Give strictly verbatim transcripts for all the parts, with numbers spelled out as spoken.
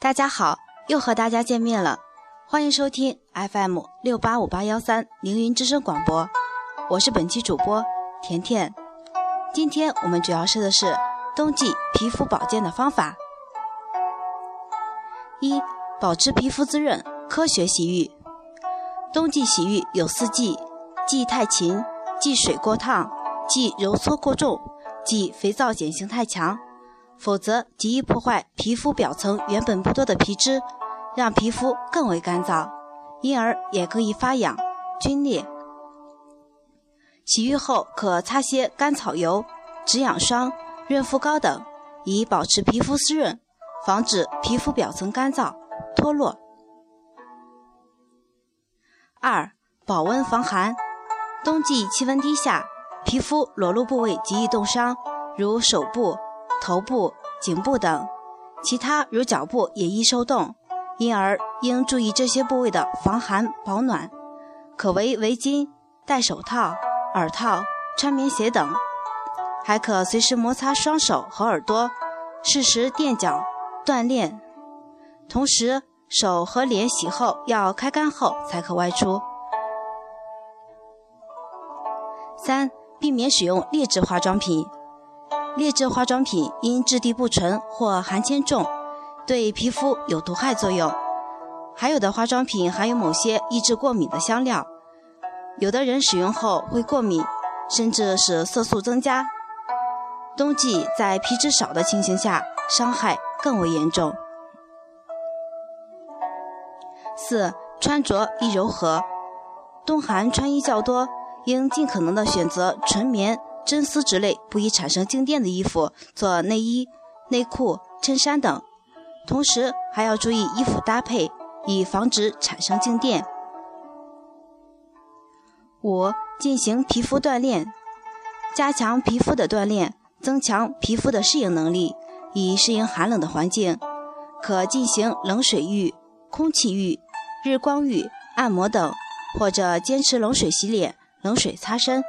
大家好，又和大家见面了，欢迎收听 F M 六八五八一三凌云之声广播，我是本期主播甜甜。今天我们主要说的是冬季皮肤保健的方法。一、保持皮肤滋润，科学洗浴。冬季洗浴有四忌：忌太勤，忌水过烫，忌揉搓过重，忌肥皂碱性太强，否则极易破坏皮肤表层原本不多的皮脂，让皮肤更为干燥，因而也更易发痒、皲裂。洗浴后可擦些甘草油、止痒霜、润肤膏等，以保持皮肤湿润，防止皮肤表层干燥、脱落。二、保温防寒。冬季气温低下，皮肤裸露部位极易冻伤，如手部、头部、颈部等，其他如脚部也易受冻，因而应注意这些部位的防寒保暖，可围围巾、戴手套、耳套、穿棉鞋等，还可随时摩擦双手和耳朵，适时垫脚锻炼。同时手和脸洗后要开干后才可外出。三、避免使用劣质化妆品。劣质化妆品因质地不纯或含铅重，对皮肤有毒害作用。还有的化妆品含有某些抑制过敏的香料，有的人使用后会过敏，甚至使色素增加。冬季在皮脂少的情形下，伤害更为严重。四、穿着宜柔和。冬寒穿衣较多，应尽可能的选择纯棉、真丝之类不易产生静电的衣服做内衣、内裤、衬衫等，同时还要注意衣服搭配，以防止产生静电。五、进行皮肤锻炼。加强皮肤的锻炼，增强皮肤的适应能力，以适应寒冷的环境，可进行冷水浴、空气浴、日光浴、按摩等，或者坚持冷水洗脸、冷水擦身。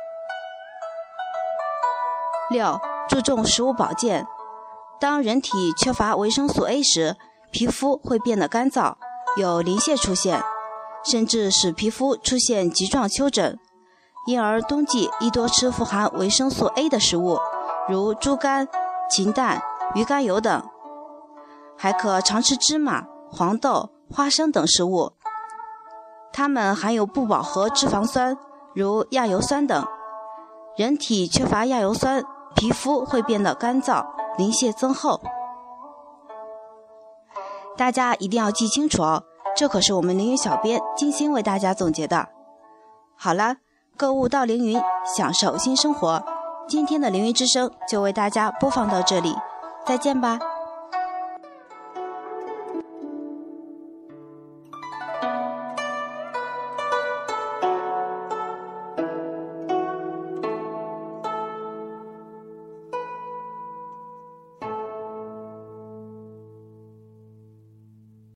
六、注重食物保健。当人体缺乏维生素 A 时，皮肤会变得干燥，有鳞屑出现，甚至使皮肤出现棘状丘疹，因而冬季宜多吃富含维生素 A 的食物，如猪肝、禽蛋、鱼肝油等，还可常吃芝麻、黄豆、花生等食物，它们含有不饱和脂肪酸，如亚油酸等。人体缺乏亚油酸，皮肤会变得干燥，鳞屑增厚。大家一定要记清楚哦，这可是我们凌云小编精心为大家总结的。好了，购物到凌云，享受新生活。今天的凌云之声就为大家播放到这里，再见吧。